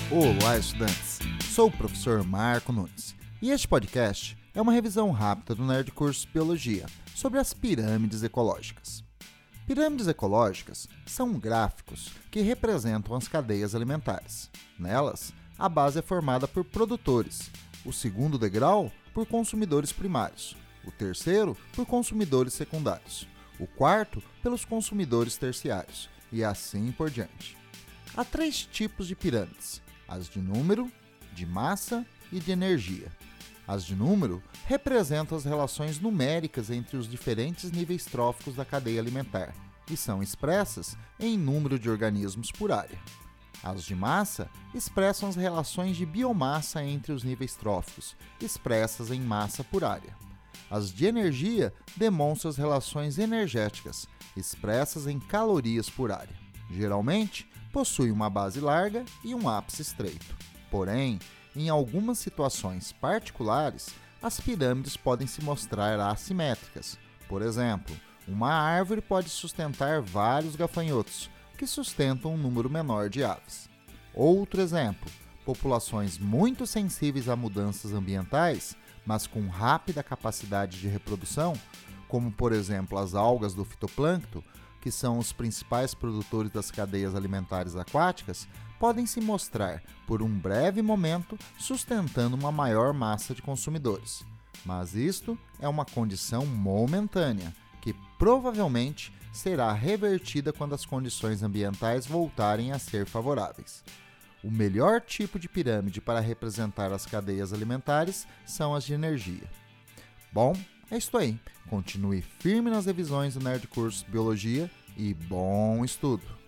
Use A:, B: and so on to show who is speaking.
A: Olá, estudantes! Sou o professor Marco Nunes e este podcast é uma revisão rápida do Nerd Curso Biologia sobre as pirâmides ecológicas. Pirâmides ecológicas são gráficos que representam as cadeias alimentares. Nelas, a base é formada por produtores, o segundo degrau por consumidores primários, o terceiro por consumidores secundários, o quarto pelos consumidores terciários e assim por diante. Há 3 tipos de pirâmides: as de número, de massa e de energia. As de número representam as relações numéricas entre os diferentes níveis tróficos da cadeia alimentar e são expressas em número de organismos por área. As de massa expressam as relações de biomassa entre os níveis tróficos, expressas em massa por área. As de energia demonstram as relações energéticas, expressas em calorias por área. Geralmente, possui uma base larga e um ápice estreito. Porém, em algumas situações particulares, as pirâmides podem se mostrar assimétricas. Por exemplo, uma árvore pode sustentar vários gafanhotos, que sustentam um número menor de aves. Outro exemplo, populações muito sensíveis a mudanças ambientais, mas com rápida capacidade de reprodução, como por exemplo as algas do fitoplâncton, que são os principais produtores das cadeias alimentares aquáticas, podem se mostrar, por um breve momento, sustentando uma maior massa de consumidores. Mas isto é uma condição momentânea, que provavelmente será revertida quando as condições ambientais voltarem a ser favoráveis. O melhor tipo de pirâmide para representar as cadeias alimentares são as de energia. Bom, é isso aí. Continue firme nas revisões do Nerd Curso Biologia e bom estudo!